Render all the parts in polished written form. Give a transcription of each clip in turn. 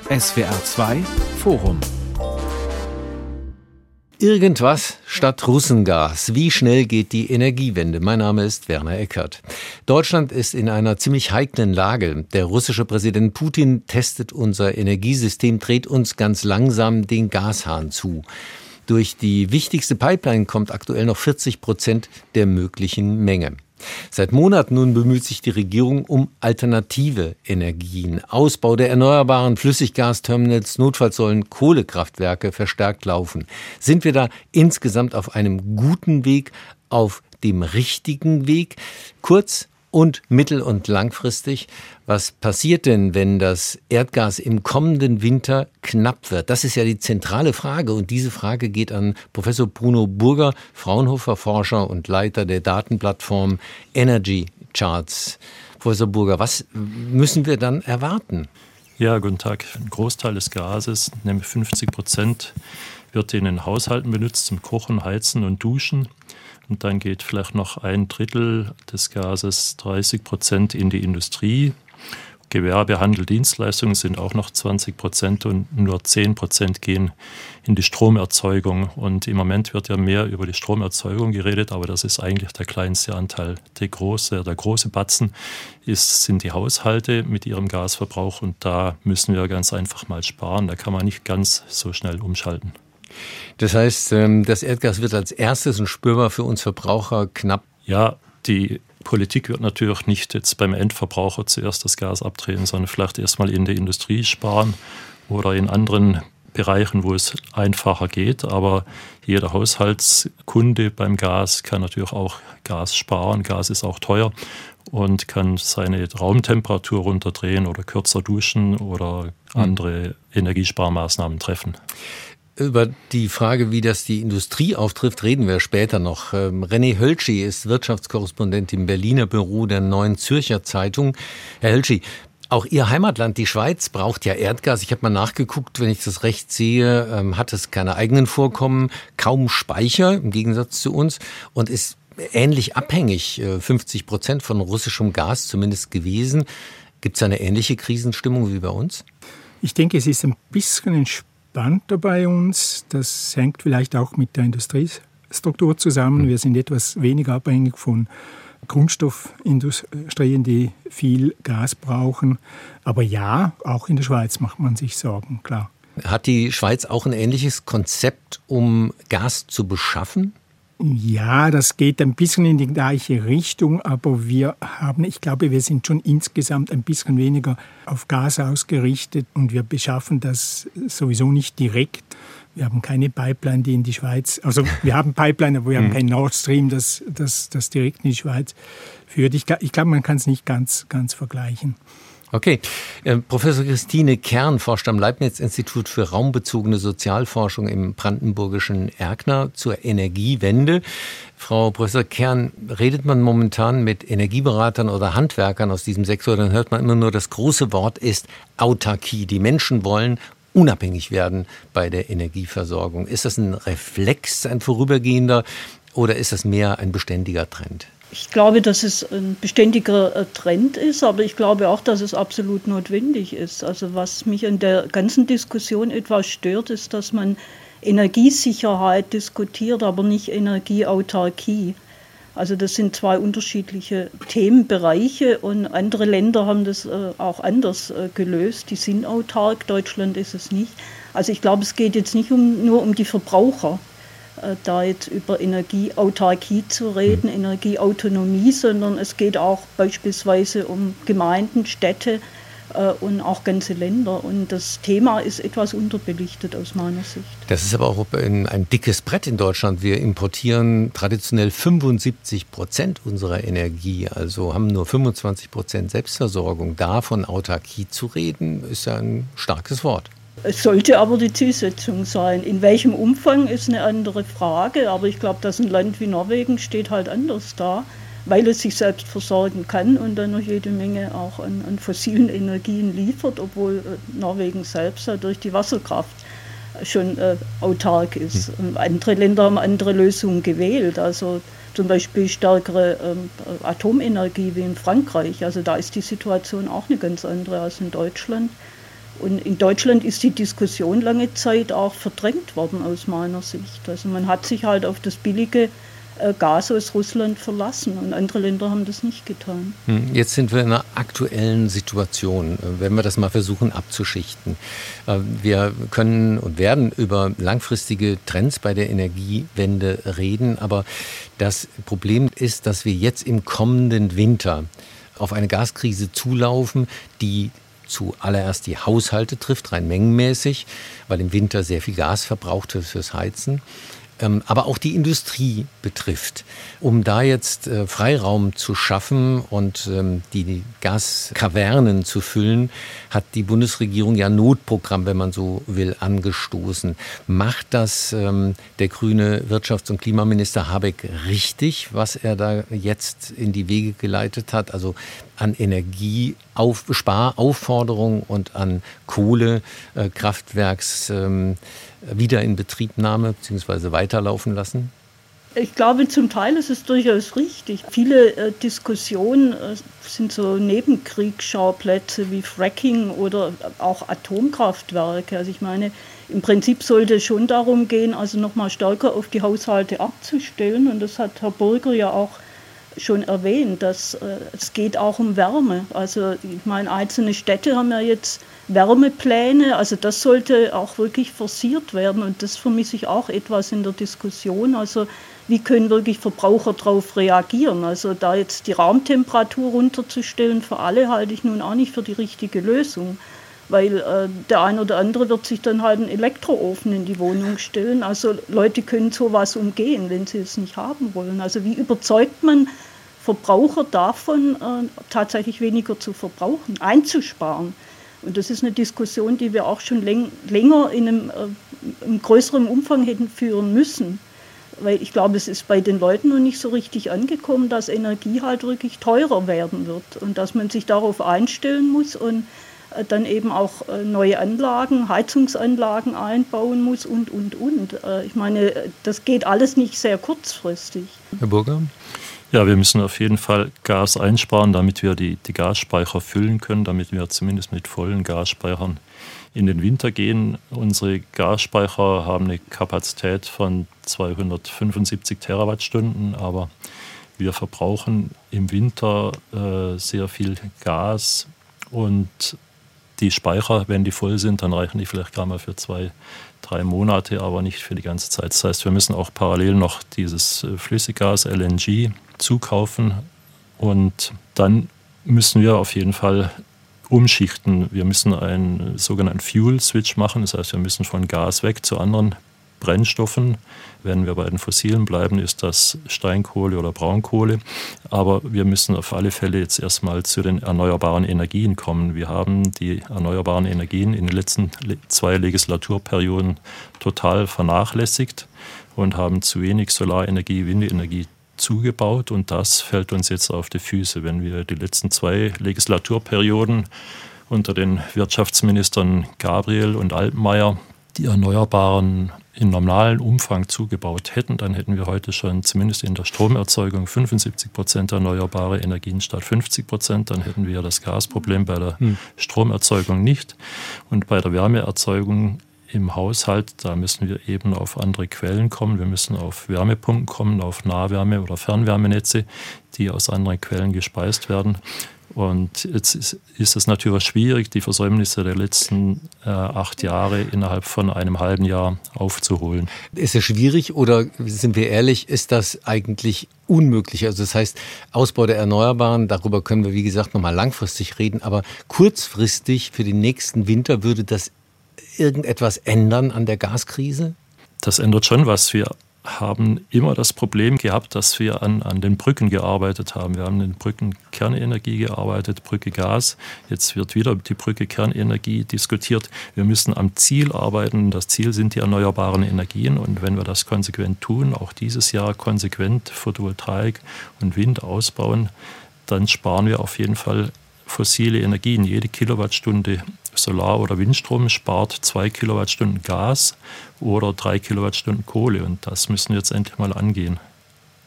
SWR 2 Forum. Irgendwas statt Russengas. Wie schnell geht die Energiewende? Mein Name ist Werner Eckert. Deutschland ist in einer ziemlich heiklen Lage. Der russische Präsident Putin testet unser Energiesystem, dreht uns ganz langsam den Gashahn zu. Durch die wichtigste Pipeline kommt aktuell noch 40% der möglichen Menge. Seit Monaten nun bemüht sich die Regierung um alternative Energien. Ausbau der erneuerbaren Flüssiggasterminals, notfalls sollen Kohlekraftwerke verstärkt laufen. Sind wir da insgesamt auf einem guten Weg, auf dem richtigen Weg? Kurz und mittel- und langfristig, was passiert denn, wenn das Erdgas im kommenden Winter knapp wird? Das ist ja die zentrale Frage und diese Frage geht an Professor Bruno Burger, Fraunhofer-Forscher und Leiter der Datenplattform Energy Charts. Professor Burger, was müssen wir dann erwarten? Ja, guten Tag. Ein Großteil des Gases, nämlich 50%, wird in den Haushalten benutzt zum Kochen, Heizen und Duschen. Und dann geht vielleicht noch 1/3 des Gases, 30% in die Industrie. Gewerbe, Handel, Dienstleistungen sind auch noch 20% und nur 10% gehen in die Stromerzeugung. Und im Moment wird ja mehr über die Stromerzeugung geredet, aber das ist eigentlich der kleinste Anteil. Der große Batzen sind die Haushalte mit ihrem Gasverbrauch und da müssen wir ganz einfach mal sparen. Da kann man nicht ganz so schnell umschalten. Das heißt, das Erdgas wird als erstes und spürbar für uns Verbraucher knapp. Ja, die Politik wird natürlich nicht jetzt beim Endverbraucher zuerst das Gas abdrehen, sondern vielleicht erstmal in der Industrie sparen oder in anderen Bereichen, wo es einfacher geht. Aber jeder Haushaltskunde beim Gas kann natürlich auch Gas sparen. Gas ist auch teuer und kann seine Raumtemperatur runterdrehen oder kürzer duschen oder andere Energiesparmaßnahmen treffen. Über die Frage, wie das die Industrie auftrifft, reden wir später noch. René Hölschi ist Wirtschaftskorrespondent im Berliner Büro der Neuen Zürcher Zeitung. Herr Hölschi, auch Ihr Heimatland, die Schweiz, braucht ja Erdgas. Ich habe mal nachgeguckt, wenn ich das recht sehe, hat es keine eigenen Vorkommen, kaum Speicher im Gegensatz zu uns und ist ähnlich abhängig, 50% von russischem Gas zumindest gewesen. Gibt es eine ähnliche Krisenstimmung wie bei uns? Ich denke, es ist ein bisschen entspannter bei uns. Das hängt vielleicht auch mit der Industriestruktur zusammen. Wir sind etwas weniger abhängig von Grundstoffindustrien, die viel Gas brauchen. Aber ja, auch in der Schweiz macht man sich Sorgen, klar. Hat die Schweiz auch ein ähnliches Konzept, um Gas zu beschaffen? Ja, das geht ein bisschen in die gleiche Richtung, aber ich glaube, wir sind schon insgesamt ein bisschen weniger auf Gas ausgerichtet und wir beschaffen das sowieso nicht direkt. Wir haben keine Pipeline, die in die Schweiz, also wir haben Pipeline, aber wir haben kein Nord Stream, das direkt in die Schweiz führt. Ich glaube, man kann es nicht ganz vergleichen. Okay. Professor Christine Kern forscht am Leibniz-Institut für raumbezogene Sozialforschung im brandenburgischen Erkner zur Energiewende. Frau Professor Kern, redet man momentan mit Energieberatern oder Handwerkern aus diesem Sektor, dann hört man immer nur, das große Wort ist Autarkie. Die Menschen wollen unabhängig werden bei der Energieversorgung. Ist das ein Reflex, ein vorübergehender, oder ist das mehr ein beständiger Trend? Ich glaube, dass es ein beständiger Trend ist, aber ich glaube auch, dass es absolut notwendig ist. Also was mich an der ganzen Diskussion etwas stört, ist, dass man Energiesicherheit diskutiert, aber nicht Energieautarkie. Also das sind zwei unterschiedliche Themenbereiche und andere Länder haben das auch anders gelöst. Die sind autark, Deutschland ist es nicht. Also ich glaube, es geht jetzt nicht nur um die Verbraucher, da jetzt über Energieautarkie zu reden, Energieautonomie, sondern es geht auch beispielsweise um Gemeinden, Städte und auch ganze Länder. Und das Thema ist etwas unterbelichtet aus meiner Sicht. Das ist aber auch ein dickes Brett in Deutschland. Wir importieren traditionell 75% unserer Energie, also haben nur 25% Selbstversorgung. Da von Autarkie zu reden, ist ja ein starkes Wort. Es sollte aber die Zielsetzung sein. In welchem Umfang ist eine andere Frage, aber ich glaube, dass ein Land wie Norwegen steht halt anders da, weil es sich selbst versorgen kann und dann noch jede Menge auch an fossilen Energien liefert, obwohl Norwegen selbst ja durch die Wasserkraft schon autark ist. Andere Länder haben andere Lösungen gewählt, also zum Beispiel stärkere Atomenergie wie in Frankreich. Also da ist die Situation auch eine ganz andere als in Deutschland. Und in Deutschland ist die Diskussion lange Zeit auch verdrängt worden aus meiner Sicht. Also man hat sich halt auf das billige Gas aus Russland verlassen und andere Länder haben das nicht getan. Jetzt sind wir in einer aktuellen Situation, wenn wir das mal versuchen abzuschichten. Wir können und werden über langfristige Trends bei der Energiewende reden, aber das Problem ist, dass wir jetzt im kommenden Winter auf eine Gaskrise zulaufen, die zuallererst die Haushalte trifft, rein mengenmäßig, weil im Winter sehr viel Gas verbraucht wird fürs Heizen, aber auch die Industrie betrifft. Um da jetzt Freiraum zu schaffen und die Gaskavernen zu füllen, hat die Bundesregierung ja ein Notprogramm, wenn man so will, angestoßen. Macht das der grüne Wirtschafts- und Klimaminister Habeck richtig, was er da jetzt in die Wege geleitet hat? Also an Energiesparaufforderungen und an Kohlekraftwerks Wiederinbetriebnahme bzw. weiterlaufen lassen? Ich glaube, zum Teil ist es durchaus richtig. Viele Diskussionen sind so Nebenkriegsschauplätze wie Fracking oder auch Atomkraftwerke. Also ich meine, im Prinzip sollte es schon darum gehen, also nochmal stärker auf die Haushalte abzustellen. Und das hat Herr Burger ja auch schon erwähnt, dass es geht auch um Wärme. Also ich meine, einzelne Städte haben ja jetzt Wärmepläne, also das sollte auch wirklich forciert werden und das vermisse ich auch etwas in der Diskussion. Also wie können wirklich Verbraucher darauf reagieren? Also da jetzt die Raumtemperatur runterzustellen für alle, halte ich nun auch nicht für die richtige Lösung, weil der eine oder andere wird sich dann halt einen Elektroofen in die Wohnung stellen. Also Leute können sowas umgehen, wenn sie es nicht haben wollen. Also wie überzeugt man Verbraucher davon, tatsächlich weniger zu verbrauchen, einzusparen? Und das ist eine Diskussion, die wir auch schon länger in einem größeren Umfang hätten führen müssen. Weil ich glaube, es ist bei den Leuten noch nicht so richtig angekommen, dass Energie halt wirklich teurer werden wird und dass man sich darauf einstellen muss und dann eben auch neue Anlagen, Heizungsanlagen einbauen muss und. Ich meine, das geht alles nicht sehr kurzfristig. Herr Burger? Ja, wir müssen auf jeden Fall Gas einsparen, damit wir die Gasspeicher füllen können, damit wir zumindest mit vollen Gasspeichern in den Winter gehen. Unsere Gasspeicher haben eine Kapazität von 275 Terawattstunden, aber wir verbrauchen im Winter sehr viel Gas und die Speicher, wenn die voll sind, dann reichen die vielleicht gar mal für 2-3 Monate, aber nicht für die ganze Zeit. Das heißt, wir müssen auch parallel noch dieses Flüssiggas LNG zukaufen und dann müssen wir auf jeden Fall umschichten. Wir müssen einen sogenannten Fuel-Switch machen, das heißt, wir müssen von Gas weg zu anderen Brennstoffen. Wenn wir bei den Fossilen bleiben, ist das Steinkohle oder Braunkohle. Aber wir müssen auf alle Fälle jetzt erstmal zu den erneuerbaren Energien kommen. Wir haben die erneuerbaren Energien in den letzten 2 Legislaturperioden total vernachlässigt und haben zu wenig Solarenergie, Windenergie zugebaut. Und das fällt uns jetzt auf die Füße. Wenn wir die letzten 2 Legislaturperioden unter den Wirtschaftsministern Gabriel und Altmaier die Erneuerbaren in normalen Umfang zugebaut hätten, dann hätten wir heute schon zumindest in der Stromerzeugung 75% erneuerbare Energien statt 50%. Dann hätten wir das Gasproblem bei der Stromerzeugung nicht. Und bei der Wärmeerzeugung im Haushalt, da müssen wir eben auf andere Quellen kommen. Wir müssen auf Wärmepumpen kommen, auf Nahwärme- oder Fernwärmenetze, die aus anderen Quellen gespeist werden. Und jetzt ist es natürlich schwierig, die Versäumnisse der letzten 8 Jahre innerhalb von einem halben Jahr aufzuholen. Ist es schwierig oder, sind wir ehrlich, ist das eigentlich unmöglich? Also das heißt, Ausbau der Erneuerbaren, darüber können wir wie gesagt nochmal langfristig reden, aber kurzfristig für den nächsten Winter würde das irgendetwas ändern an der Gaskrise? Das ändert schon was. Wir haben immer das Problem gehabt, dass wir an den Brücken gearbeitet haben. Wir haben an den Brücken Kernenergie gearbeitet, Brücke Gas. Jetzt wird wieder die Brücke Kernenergie diskutiert. Wir müssen am Ziel arbeiten. Das Ziel sind die erneuerbaren Energien. Und wenn wir das konsequent tun, auch dieses Jahr konsequent Photovoltaik und Wind ausbauen, dann sparen wir auf jeden Fall fossile Energien. Jede Kilowattstunde Solar- oder Windstrom spart 2 Kilowattstunden Gas oder 3 Kilowattstunden Kohle. Und das müssen wir jetzt endlich mal angehen.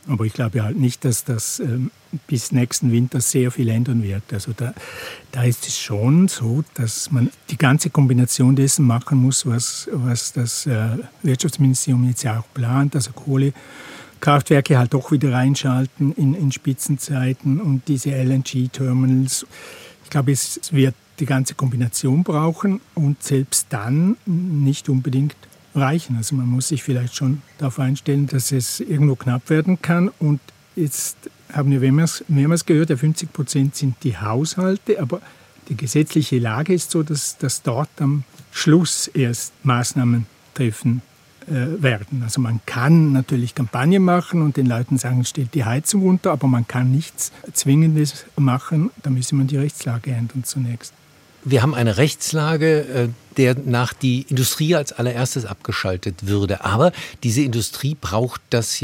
Aber ich glaube halt nicht, dass das bis nächsten Winter sehr viel ändern wird. Also da ist es schon so, dass man die ganze Kombination dessen machen muss, was das Wirtschaftsministerium jetzt ja auch plant, also Kohlekraftwerke halt doch wieder reinschalten in Spitzenzeiten und diese LNG-Terminals. Ich glaube, es wird die ganze Kombination brauchen und selbst dann nicht unbedingt reichen. Also man muss sich vielleicht schon darauf einstellen, dass es irgendwo knapp werden kann. Und jetzt haben wir mehrmals gehört, 50% sind die Haushalte, aber die gesetzliche Lage ist so, dass dort am Schluss erst Maßnahmen treffen werden. Also man kann natürlich Kampagnen machen und den Leuten sagen, stellt die Heizung runter, aber man kann nichts Zwingendes machen. Da müsse man die Rechtslage ändern zunächst. Wir haben eine Rechtslage, der nach die Industrie als allererstes abgeschaltet würde. Aber diese Industrie braucht das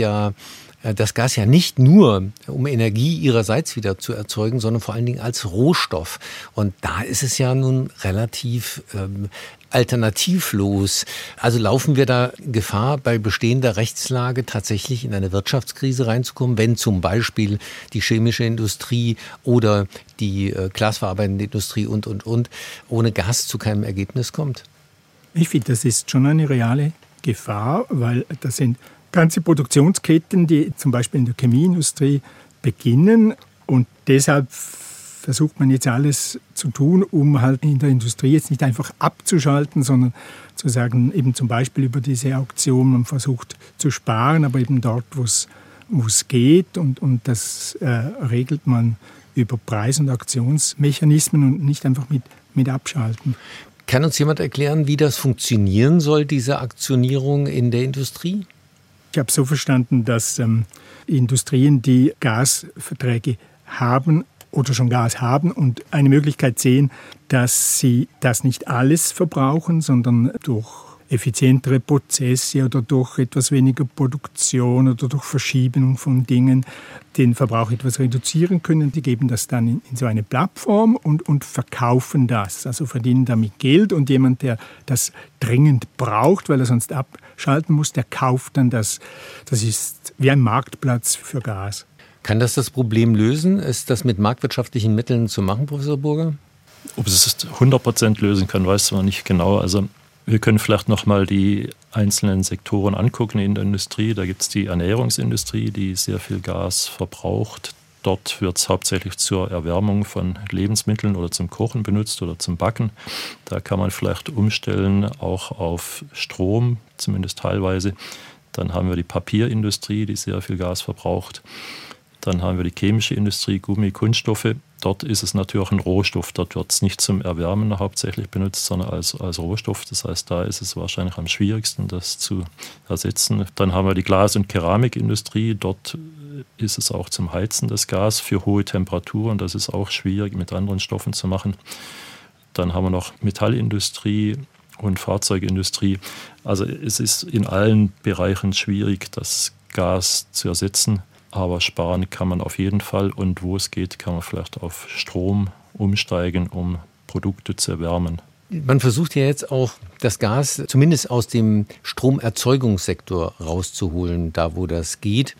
Gas ja nicht nur, um Energie ihrerseits wieder zu erzeugen, sondern vor allen Dingen als Rohstoff. Und da ist es ja nun relativ alternativlos. Also laufen wir da Gefahr, bei bestehender Rechtslage tatsächlich in eine Wirtschaftskrise reinzukommen, wenn zum Beispiel die chemische Industrie oder die glasverarbeitende Industrie und ohne Gas zu keinem Ergebnis kommt? Ich finde, das ist schon eine reale Gefahr, weil das sind ganze Produktionsketten, die zum Beispiel in der Chemieindustrie beginnen. Und deshalb versucht man jetzt alles zu tun, um halt in der Industrie jetzt nicht einfach abzuschalten, sondern zu sagen, eben zum Beispiel über diese Auktion, man versucht zu sparen, aber eben dort, wo es geht. Und das regelt man über Preis- und Auktionsmechanismen und nicht einfach mit Abschalten. Kann uns jemand erklären, wie das funktionieren soll, diese Aktionierung in der Industrie? Ich habe so verstanden, dass Industrien, die Gasverträge haben oder schon Gas haben und eine Möglichkeit sehen, dass sie das nicht alles verbrauchen, sondern durch effizientere Prozesse oder durch etwas weniger Produktion oder durch Verschiebung von Dingen den Verbrauch etwas reduzieren können. Die geben das dann in so eine Plattform und verkaufen das, also verdienen damit Geld. Und jemand, der das dringend braucht, weil er sonst abschalten muss, der kauft dann das. Das ist wie ein Marktplatz für Gas. Kann das Problem lösen? Ist das mit marktwirtschaftlichen Mitteln zu machen, Professor Burger? Ob es 100% lösen kann, weiß man nicht genau. Also wir können vielleicht nochmal die einzelnen Sektoren angucken in der Industrie. Da gibt es die Ernährungsindustrie, die sehr viel Gas verbraucht. Dort wird es hauptsächlich zur Erwärmung von Lebensmitteln oder zum Kochen benutzt oder zum Backen. Da kann man vielleicht umstellen auch auf Strom, zumindest teilweise. Dann haben wir die Papierindustrie, die sehr viel Gas verbraucht. Dann haben wir die chemische Industrie, Gummi, Kunststoffe. Dort ist es natürlich ein Rohstoff. Dort wird es nicht zum Erwärmen hauptsächlich benutzt, sondern als Rohstoff. Das heißt, da ist es wahrscheinlich am schwierigsten, das zu ersetzen. Dann haben wir die Glas- und Keramikindustrie. Dort ist es auch zum Heizen das Gas für hohe Temperaturen. Das ist auch schwierig mit anderen Stoffen zu machen. Dann haben wir noch Metallindustrie und Fahrzeugindustrie. Also es ist in allen Bereichen schwierig, das Gas zu ersetzen. Aber sparen kann man auf jeden Fall und wo es geht, kann man vielleicht auf Strom umsteigen, um Produkte zu erwärmen. Man versucht ja jetzt auch, das Gas zumindest aus dem Stromerzeugungssektor rauszuholen, da wo das geht.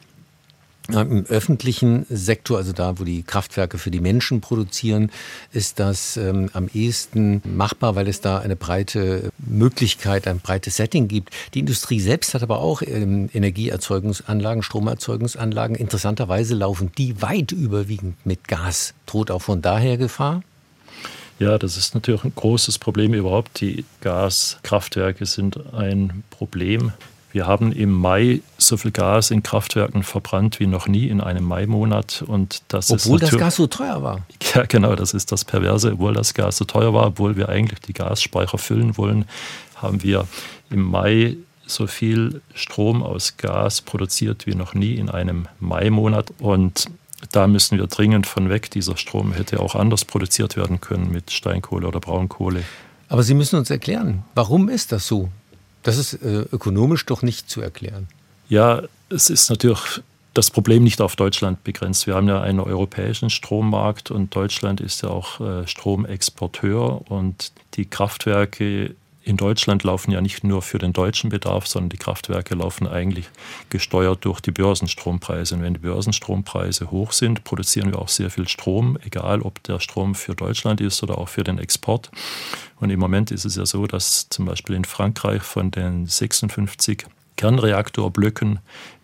Im öffentlichen Sektor, also da, wo die Kraftwerke für die Menschen produzieren, ist das am ehesten machbar, weil es da eine breite Möglichkeit, ein breites Setting gibt. Die Industrie selbst hat aber auch Energieerzeugungsanlagen, Stromerzeugungsanlagen. Interessanterweise laufen die weit überwiegend mit Gas. Droht auch von daher Gefahr? Ja, das ist natürlich ein großes Problem überhaupt. Die Gaskraftwerke sind ein Problem. Wir haben im Mai so viel Gas in Kraftwerken verbrannt wie noch nie in einem Mai-Monat. Und obwohl das Gas so teuer war. Ja, genau, das ist das Perverse. Obwohl das Gas so teuer war, obwohl wir eigentlich die Gasspeicher füllen wollen, haben wir im Mai so viel Strom aus Gas produziert wie noch nie in einem Mai-Monat. Und da müssen wir dringend von weg. Dieser Strom hätte auch anders produziert werden können mit Steinkohle oder Braunkohle. Aber Sie müssen uns erklären, warum ist das so? Das ist ökonomisch doch nicht zu erklären. Ja, es ist natürlich das Problem nicht auf Deutschland begrenzt. Wir haben ja einen europäischen Strommarkt und Deutschland ist ja auch Stromexporteur und die Kraftwerke in Deutschland laufen ja nicht nur für den deutschen Bedarf, sondern die Kraftwerke laufen eigentlich gesteuert durch die Börsenstrompreise. Und wenn die Börsenstrompreise hoch sind, produzieren wir auch sehr viel Strom, egal ob der Strom für Deutschland ist oder auch für den Export. Und im Moment ist es ja so, dass zum Beispiel in Frankreich von den 56 Kernreaktorblöcken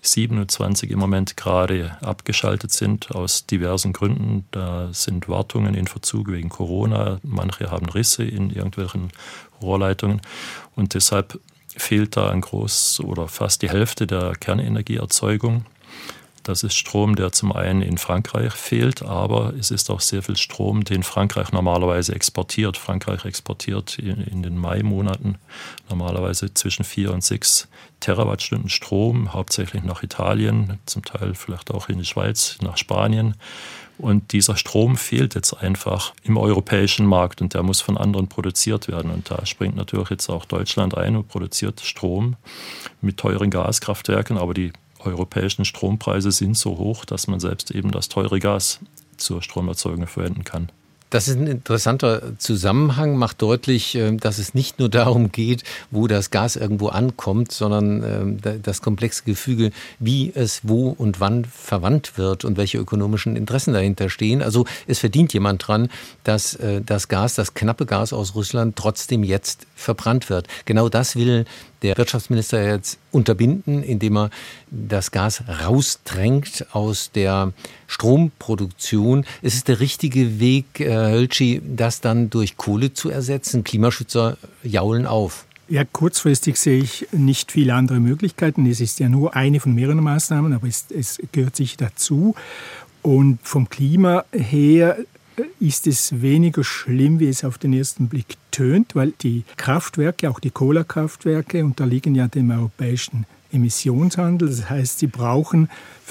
27 im Moment gerade abgeschaltet sind, aus diversen Gründen. Da sind Wartungen in Verzug wegen Corona. Manche haben Risse in irgendwelchen Rohrleitungen. Und deshalb fehlt da ein groß oder fast die Hälfte der Kernenergieerzeugung. Das ist Strom, der zum einen in Frankreich fehlt, aber es ist auch sehr viel Strom, den Frankreich normalerweise exportiert. Frankreich exportiert in den Mai-Monaten normalerweise zwischen 4 und 6 Terawattstunden Strom, hauptsächlich nach Italien, zum Teil vielleicht auch in die Schweiz, nach Spanien. Und dieser Strom fehlt jetzt einfach im europäischen Markt und der muss von anderen produziert werden. Und da springt natürlich jetzt auch Deutschland ein und produziert Strom mit teuren Gaskraftwerken, aber die europäischen Strompreise sind so hoch, dass man selbst eben das teure Gas zur Stromerzeugung verwenden kann. Das ist ein interessanter Zusammenhang, macht deutlich, dass es nicht nur darum geht, wo das Gas irgendwo ankommt, sondern das komplexe Gefüge, wie es wo und wann verwandt wird und welche ökonomischen Interessen dahinter stehen. Also es verdient jemand dran, dass das Gas, das knappe Gas aus Russland trotzdem jetzt verbrannt wird. Genau das will der Wirtschaftsminister jetzt unterbinden, indem er das Gas rausdrängt aus der Stromproduktion. Ist es der richtige Weg, Herr Hölschi, das dann durch Kohle zu ersetzen? Klimaschützer jaulen auf. Ja, kurzfristig sehe ich nicht viele andere Möglichkeiten. Es ist ja nur eine von mehreren Maßnahmen, aber es gehört sicher dazu. Und vom Klima her ist es weniger schlimm, wie es auf den ersten Blick tönt, weil die Kraftwerke, auch die Kohlekraftwerke, unterliegen ja dem europäischen Emissionshandel. Das heißt, sie brauchen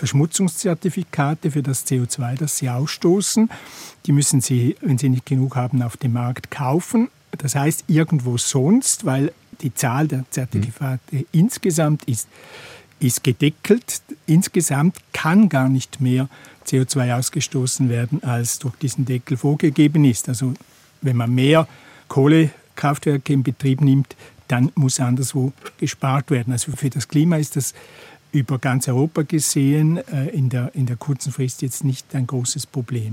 Verschmutzungszertifikate für das CO2, das sie ausstoßen. Die müssen sie, wenn sie nicht genug haben, auf dem Markt kaufen. Das heißt, irgendwo sonst, weil die Zahl der Zertifikate insgesamt ist gedeckelt. Insgesamt kann gar nicht mehr CO2 ausgestoßen werden, als durch diesen Deckel vorgegeben ist. Also wenn man mehr Kohlekraftwerke in Betrieb nimmt, dann muss anderswo gespart werden. Also für das Klima ist das über ganz Europa gesehen in der kurzen Frist jetzt nicht ein großes Problem.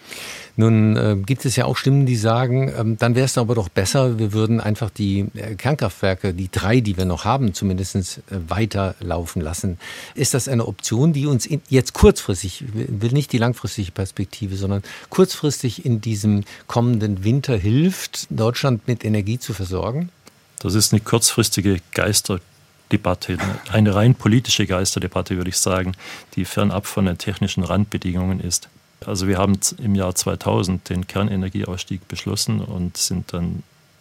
Nun gibt es ja auch Stimmen, die sagen, dann wäre es aber doch besser, wir würden einfach die Kernkraftwerke, die 3, die wir noch haben, zumindest weiterlaufen lassen. Ist das eine Option, die uns jetzt kurzfristig, ich will nicht die langfristige Perspektive, sondern kurzfristig in diesem kommenden Winter hilft, Deutschland mit Energie zu versorgen? Das ist eine kurzfristige Geisterdebatte, eine rein politische Geisterdebatte, würde ich sagen, die fernab von den technischen Randbedingungen ist. Also wir haben im Jahr 2000 den Kernenergieausstieg beschlossen und sind dann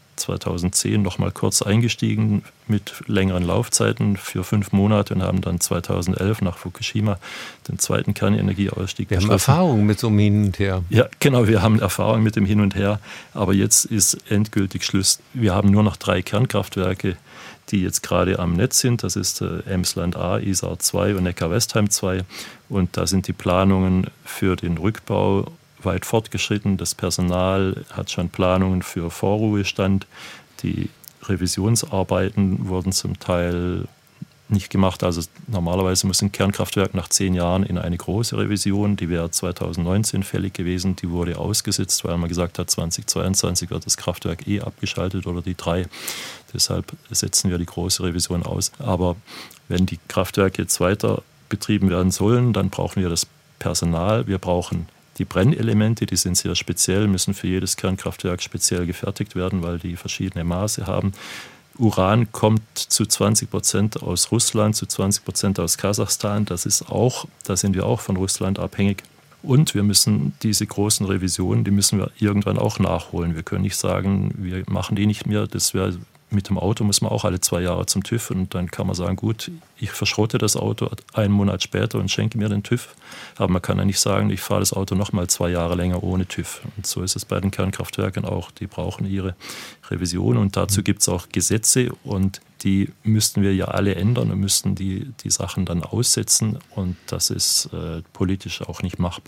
2010 noch mal kurz eingestiegen mit längeren Laufzeiten für 5 Monate und haben dann 2011 nach Fukushima den zweiten Kernenergieausstieg beschlossen. Wir haben Erfahrung mit so einem Hin und Her. Ja, genau, wir haben Erfahrung mit dem Hin und Her, aber jetzt ist endgültig Schluss. Wir haben nur noch 3 Kernkraftwerke, die jetzt gerade am Netz sind. Das ist Emsland A, Isar 2 und Neckar-Westheim 2. Und da sind die Planungen für den Rückbau weit fortgeschritten. Das Personal hat schon Planungen für Vorruhestand. Die Revisionsarbeiten wurden zum Teil nicht gemacht. Also normalerweise muss ein Kernkraftwerk nach 10 Jahren in eine große Revision, die wäre 2019 fällig gewesen, die wurde ausgesetzt, weil man gesagt hat, 2022 wird das Kraftwerk abgeschaltet oder die 3. Deshalb setzen wir die große Revision aus. Aber wenn die Kraftwerke jetzt weiter betrieben werden sollen, dann brauchen wir das Personal, wir brauchen die Brennelemente, die sind sehr speziell, müssen für jedes Kernkraftwerk speziell gefertigt werden, weil die verschiedene Maße haben. Uran kommt zu 20% aus Russland, zu 20% aus Kasachstan. Da sind wir auch von Russland abhängig. Und wir müssen diese großen Revisionen, die müssen wir irgendwann auch nachholen. Wir können nicht sagen, wir machen die nicht mehr. Mit dem Auto muss man auch alle 2 Jahre zum TÜV und dann kann man sagen, gut, ich verschrotte das Auto 1 Monat später und schenke mir den TÜV. Aber man kann ja nicht sagen, ich fahre das Auto noch mal 2 Jahre länger ohne TÜV. Und so ist es bei den Kernkraftwerken auch. Die brauchen ihre Revision und dazu gibt es auch Gesetze und die müssten wir ja alle ändern und müssten die Sachen dann aussetzen und das ist politisch auch nicht machbar.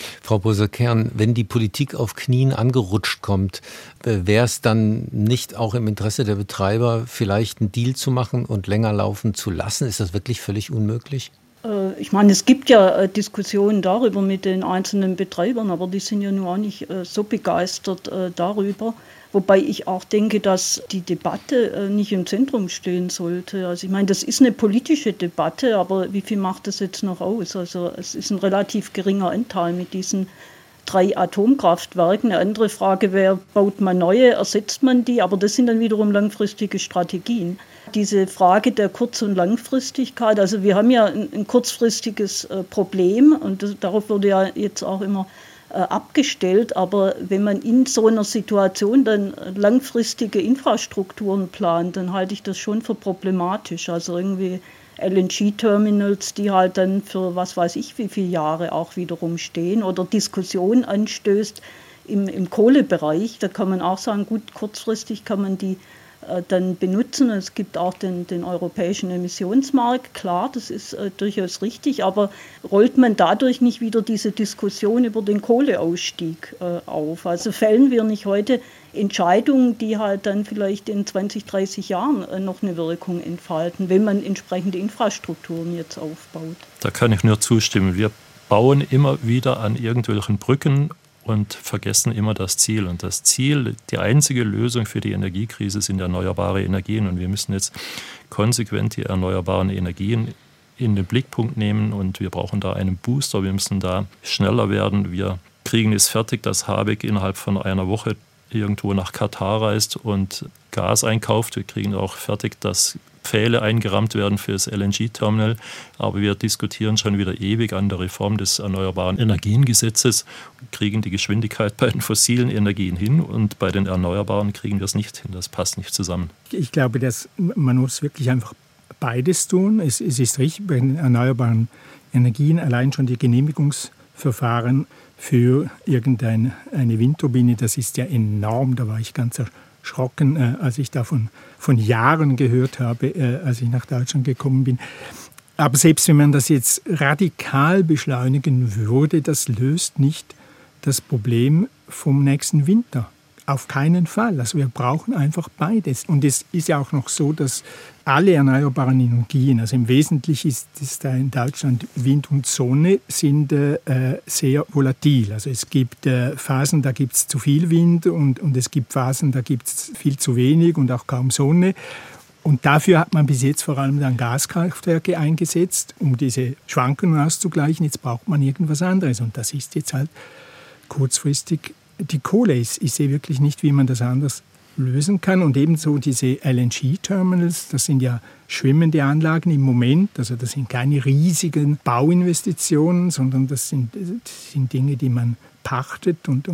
Frau Bose-Kern, wenn die Politik auf Knien angerutscht kommt, wäre es dann nicht auch im Interesse der Betreiber, vielleicht einen Deal zu machen und länger laufen zu lassen? Ist das wirklich völlig unmöglich? Ich meine, es gibt ja Diskussionen darüber mit den einzelnen Betreibern, aber die sind ja nun auch nicht so begeistert darüber. Wobei ich auch denke, dass die Debatte nicht im Zentrum stehen sollte. Also ich meine, das ist eine politische Debatte, aber wie viel macht das jetzt noch aus? Also es ist ein relativ geringer Anteil mit diesen 3 Atomkraftwerken. Eine andere Frage wäre, baut man neue, ersetzt man die? Aber das sind dann wiederum langfristige Strategien. Diese Frage der Kurz- und Langfristigkeit, also wir haben ja ein kurzfristiges Problem und darauf wurde ja jetzt auch immer abgestellt, aber wenn man in so einer Situation dann langfristige Infrastrukturen plant, dann halte ich das schon für problematisch. Also irgendwie LNG-Terminals, die halt dann für was weiß ich wie viele Jahre auch wiederum stehen oder Diskussionen anstößt im Kohlebereich. Da kann man auch sagen, gut, kurzfristig kann man die dann benutzen. Es gibt auch den europäischen Emissionsmarkt, klar, das ist durchaus richtig, aber rollt man dadurch nicht wieder diese Diskussion über den Kohleausstieg auf? Also fällen wir nicht heute Entscheidungen, die halt dann vielleicht in 20, 30 Jahren noch eine Wirkung entfalten, wenn man entsprechende Infrastrukturen jetzt aufbaut? Da kann ich nur zustimmen. Wir bauen immer wieder an irgendwelchen Brücken und vergessen immer das Ziel. Und das Ziel, die einzige Lösung für die Energiekrise sind erneuerbare Energien. Und wir müssen jetzt konsequent die erneuerbaren Energien in den Blickpunkt nehmen. Und wir brauchen da einen Booster. Wir müssen da schneller werden. Wir kriegen es fertig, dass Habeck innerhalb von einer Woche irgendwo nach Katar reist und Gas einkauft. Wir kriegen auch fertig, dass Pfähle eingerammt werden für das LNG-Terminal. Aber wir diskutieren schon wieder ewig an der Reform des Erneuerbaren Energiengesetzes, kriegen die Geschwindigkeit bei den fossilen Energien hin und bei den Erneuerbaren kriegen wir es nicht hin. Das passt nicht zusammen. Ich glaube, dass man muss wirklich einfach beides tun. Es ist richtig, bei den erneuerbaren Energien allein schon die Genehmigungsverfahren für irgendeine Windturbine, das ist ja enorm. Da war ich ganz erschrocken, als ich davon von Jahren gehört habe, als ich nach Deutschland gekommen bin. Aber selbst wenn man das jetzt radikal beschleunigen würde, das löst nicht das Problem vom nächsten Winter. Auf keinen Fall. Also wir brauchen einfach beides. Und es ist ja auch noch so, dass alle erneuerbaren Energien, also im Wesentlichen ist es da in Deutschland Wind und Sonne, sind sehr volatil. Also es gibt Phasen, da gibt es zu viel Wind und es gibt Phasen, da gibt es viel zu wenig und auch kaum Sonne. Und dafür hat man bis jetzt vor allem dann Gaskraftwerke eingesetzt, um diese Schwankungen auszugleichen. Jetzt braucht man irgendwas anderes und das ist jetzt halt kurzfristig die Kohle. Ich sehe wirklich nicht, wie man das anders lösen kann. Und ebenso diese LNG-Terminals, das sind ja schwimmende Anlagen im Moment. Also das sind keine riesigen Bauinvestitionen, sondern das sind Dinge, die man pachtet. Und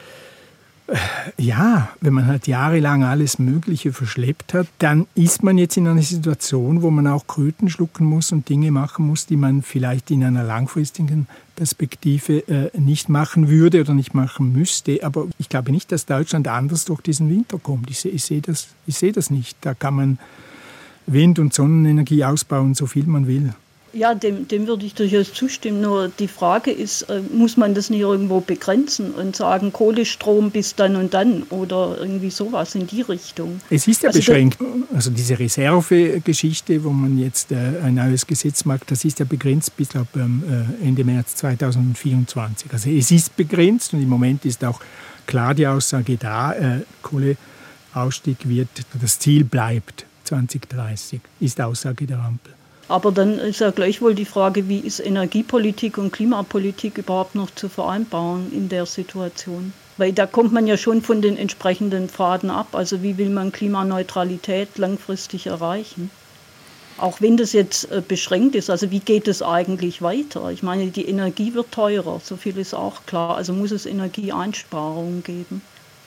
ja, wenn man halt jahrelang alles Mögliche verschleppt hat, dann ist man jetzt in einer Situation, wo man auch Kröten schlucken muss und Dinge machen muss, die man vielleicht in einer langfristigen Perspektive nicht machen würde oder nicht machen müsste. Aber ich glaube nicht, dass Deutschland anders durch diesen Winter kommt. Ich sehe das nicht. Da kann man Wind- und Sonnenenergie ausbauen, so viel man will. Ja, dem würde ich durchaus zustimmen. Nur die Frage ist, muss man das nicht irgendwo begrenzen und sagen, Kohlestrom bis dann und dann oder irgendwie sowas in die Richtung? Es ist ja beschränkt. Also diese Reservegeschichte, wo man jetzt ein neues Gesetz macht, das ist ja begrenzt bis Ende März 2024. Also es ist begrenzt und im Moment ist auch klar die Aussage da, Kohleausstieg das Ziel bleibt 2030, ist Aussage der Ampel. Aber dann ist ja gleichwohl die Frage, wie ist Energiepolitik und Klimapolitik überhaupt noch zu vereinbaren in der Situation? Weil da kommt man ja schon von den entsprechenden Pfaden ab. Also wie will man Klimaneutralität langfristig erreichen? Auch wenn das jetzt beschränkt ist, also wie geht es eigentlich weiter? Ich meine, die Energie wird teurer, so viel ist auch klar. Also muss es Energieeinsparungen geben.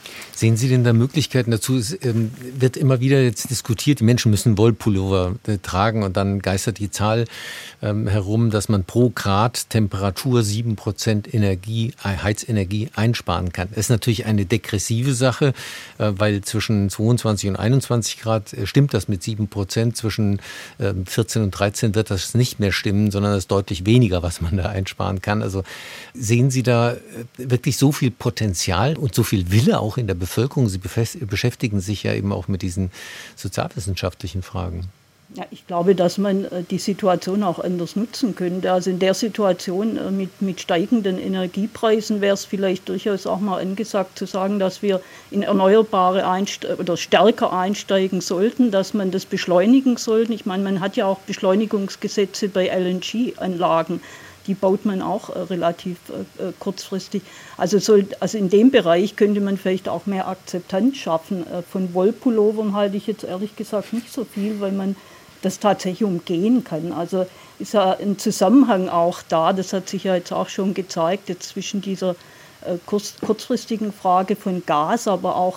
Sehen Sie denn da Möglichkeiten dazu? Es wird immer wieder jetzt diskutiert, die Menschen müssen Wollpullover tragen und dann geistert die Zahl herum, dass man pro Grad Temperatur 7% Heizenergie einsparen kann. Das ist natürlich eine degressive Sache, weil zwischen 22 und 21 Grad stimmt das mit 7%, zwischen 14 und 13 wird das nicht mehr stimmen, sondern das ist deutlich weniger, was man da einsparen kann. Also sehen Sie da wirklich so viel Potenzial und so viel Wille auch in der Bevölkerung? Sie beschäftigen sich ja eben auch mit diesen sozialwissenschaftlichen Fragen. Ja, ich glaube, dass man die Situation auch anders nutzen könnte. Also in der Situation mit steigenden Energiepreisen wäre es vielleicht durchaus auch mal angesagt zu sagen, dass wir in Erneuerbare oder stärker einsteigen sollten, dass man das beschleunigen sollte. Ich meine, man hat ja auch Beschleunigungsgesetze bei LNG-Anlagen. Die baut man auch relativ kurzfristig. Also in dem Bereich könnte man vielleicht auch mehr Akzeptanz schaffen. Von Wollpullovern halte ich jetzt ehrlich gesagt nicht so viel, weil man das tatsächlich umgehen kann. Also ist ja ein Zusammenhang auch da, das hat sich ja jetzt auch schon gezeigt, jetzt zwischen dieser kurzfristigen Frage von Gas, aber auch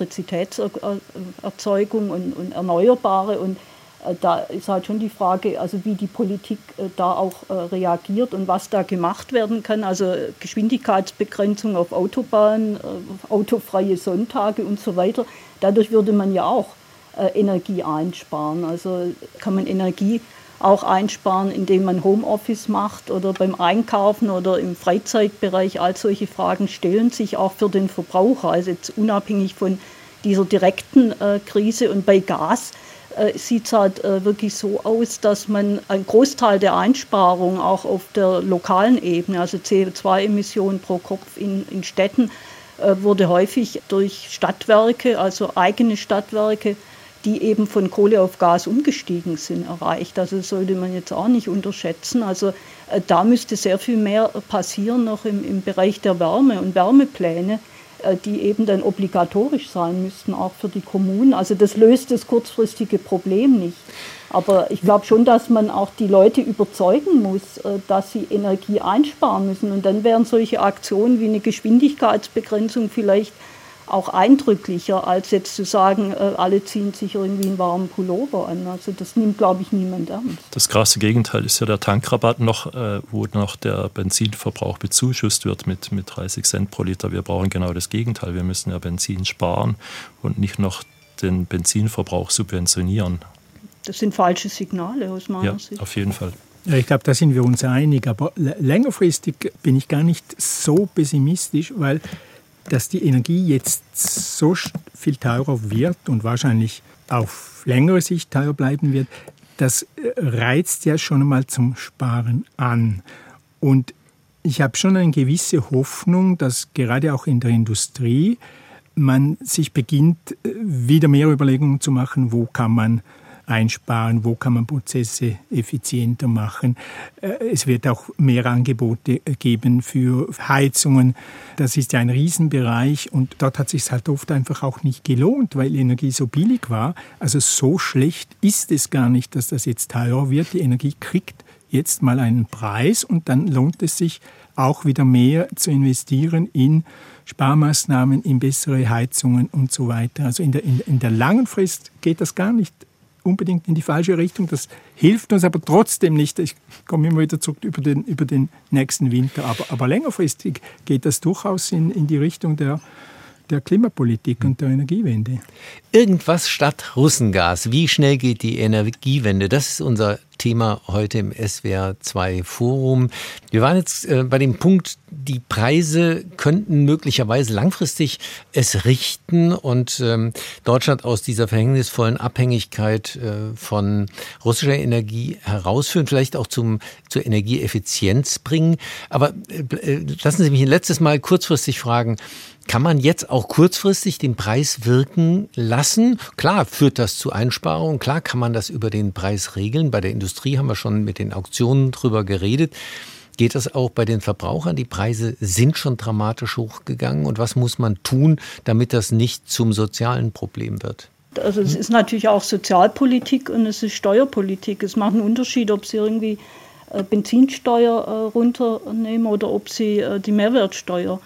Elektrizitätserzeugung und Erneuerbare. Und da ist halt schon die Frage, also wie die Politik da auch reagiert und was da gemacht werden kann. Also Geschwindigkeitsbegrenzung auf Autobahnen, autofreie Sonntage und so weiter. Dadurch würde man ja auch Energie einsparen. Also kann man Energie auch einsparen, indem man Homeoffice macht oder beim Einkaufen oder im Freizeitbereich. All solche Fragen stellen sich auch für den Verbraucher, also jetzt unabhängig von dieser direkten Krise. Und bei Gas sieht es halt wirklich so aus, dass man einen Großteil der Einsparung auch auf der lokalen Ebene, also CO2-Emissionen pro Kopf in Städten, wurde häufig durch Stadtwerke, also eigene Stadtwerke, die eben von Kohle auf Gas umgestiegen sind, erreicht. Also das sollte man jetzt auch nicht unterschätzen. Also da müsste sehr viel mehr passieren noch im Bereich der Wärme und Wärmepläne, die eben dann obligatorisch sein müssten, auch für die Kommunen. Also das löst das kurzfristige Problem nicht. Aber ich glaube schon, dass man auch die Leute überzeugen muss, dass sie Energie einsparen müssen. Und dann wären solche Aktionen wie eine Geschwindigkeitsbegrenzung vielleicht auch eindrücklicher, als jetzt zu sagen, alle ziehen sich irgendwie einen warmen Pullover an. Also das nimmt, glaube ich, niemand ernst. Das krasse Gegenteil ist ja der Tankrabatt noch, wo noch der Benzinverbrauch bezuschusst wird mit 30 Cent pro Liter. Wir brauchen genau das Gegenteil. Wir müssen ja Benzin sparen und nicht noch den Benzinverbrauch subventionieren. Das sind falsche Signale aus meiner Sicht. Ja, auf jeden Fall. Ja, ich glaube, da sind wir uns einig. Aber längerfristig bin ich gar nicht so pessimistisch, weil dass die Energie jetzt so viel teurer wird und wahrscheinlich auf längere Sicht teuer bleiben wird, das reizt ja schon einmal zum Sparen an. Und ich habe schon eine gewisse Hoffnung, dass gerade auch in der Industrie man sich beginnt, wieder mehr Überlegungen zu machen, wo kann man einsparen, wo kann man Prozesse effizienter machen. Es wird auch mehr Angebote geben für Heizungen. Das ist ja ein Riesenbereich und dort hat es sich halt oft einfach auch nicht gelohnt, weil Energie so billig war. Also so schlecht ist es gar nicht, dass das jetzt teurer wird. Die Energie kriegt jetzt mal einen Preis und dann lohnt es sich auch wieder mehr zu investieren in Sparmaßnahmen, in bessere Heizungen und so weiter. Also in der langen Frist geht das gar nicht unbedingt in die falsche Richtung. Das hilft uns aber trotzdem nicht. Ich komme immer wieder zurück über den nächsten Winter. Aber längerfristig geht das durchaus in die Richtung der Klimapolitik und der Energiewende. Irgendwas statt Russengas. Wie schnell geht die Energiewende? Das ist unser Thema heute im SWR2 Forum. Wir waren jetzt bei dem Punkt, die Preise könnten möglicherweise langfristig es richten und Deutschland aus dieser verhängnisvollen Abhängigkeit von russischer Energie herausführen, vielleicht auch zur Energieeffizienz bringen. Aber lassen Sie mich ein letztes Mal kurzfristig fragen, kann man jetzt auch kurzfristig den Preis wirken lassen? Klar führt das zu Einsparungen, klar kann man das über den Preis regeln. Bei der Industrie haben wir schon mit den Auktionen drüber geredet. Geht das auch bei den Verbrauchern? Die Preise sind schon dramatisch hochgegangen. Und was muss man tun, damit das nicht zum sozialen Problem wird? Also es ist natürlich auch Sozialpolitik und es ist Steuerpolitik. Es macht einen Unterschied, ob Sie irgendwie Benzinsteuer runternehmen oder ob Sie die Mehrwertsteuer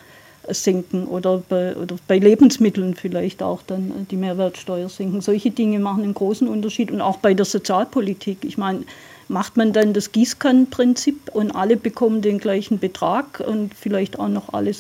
senken oder bei Lebensmitteln vielleicht auch dann die Mehrwertsteuer senken. Solche Dinge machen einen großen Unterschied und auch bei der Sozialpolitik. Ich meine, macht man dann das Gießkannenprinzip und alle bekommen den gleichen Betrag und vielleicht auch noch alle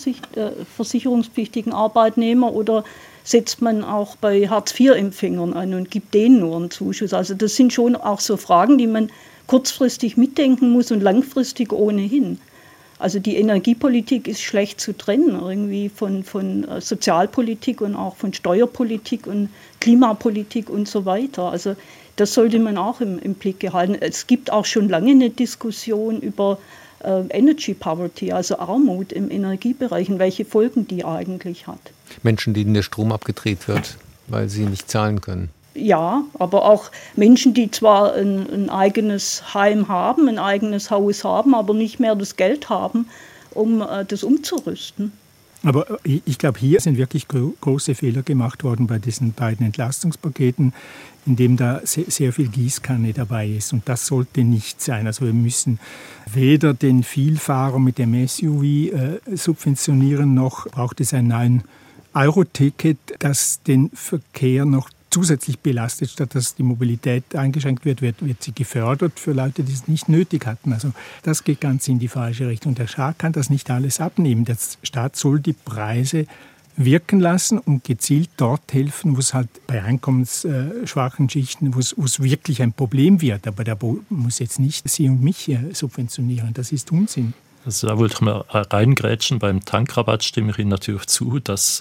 sozialversicherungspflichtigen Arbeitnehmer oder setzt man auch bei Hartz-IV-Empfängern an und gibt denen nur einen Zuschuss? Also das sind schon auch so Fragen, die man kurzfristig mitdenken muss und langfristig ohnehin. Also die Energiepolitik ist schlecht zu trennen irgendwie von Sozialpolitik und auch von Steuerpolitik und Klimapolitik und so weiter. Also das sollte man auch im Blick behalten. Es gibt auch schon lange eine Diskussion über Energy Poverty, also Armut im Energiebereich und welche Folgen die eigentlich hat. Menschen, denen der Strom abgedreht wird, weil sie nicht zahlen können. Ja, aber auch Menschen, die zwar ein eigenes Heim haben, ein eigenes Haus haben, aber nicht mehr das Geld haben, um das umzurüsten. Aber ich glaube, hier sind wirklich große Fehler gemacht worden bei diesen beiden Entlastungspaketen, in dem da sehr viel Gießkanne dabei ist. Und das sollte nicht sein. Also wir müssen weder den Vielfahrer mit dem SUV subventionieren, noch braucht es ein 9-Euro-Ticket, das den Verkehr noch zusätzlich belastet, statt dass die Mobilität eingeschränkt wird sie gefördert für Leute, die es nicht nötig hatten. Also das geht ganz in die falsche Richtung. Der Staat kann das nicht alles abnehmen. Der Staat soll die Preise wirken lassen und gezielt dort helfen, wo es halt bei einkommensschwachen Schichten, wo es wirklich ein Problem wird. Aber der muss jetzt nicht Sie und mich subventionieren. Das ist Unsinn. Also da wollte ich mal reingrätschen. Beim Tankrabatt stimme ich Ihnen natürlich zu, dass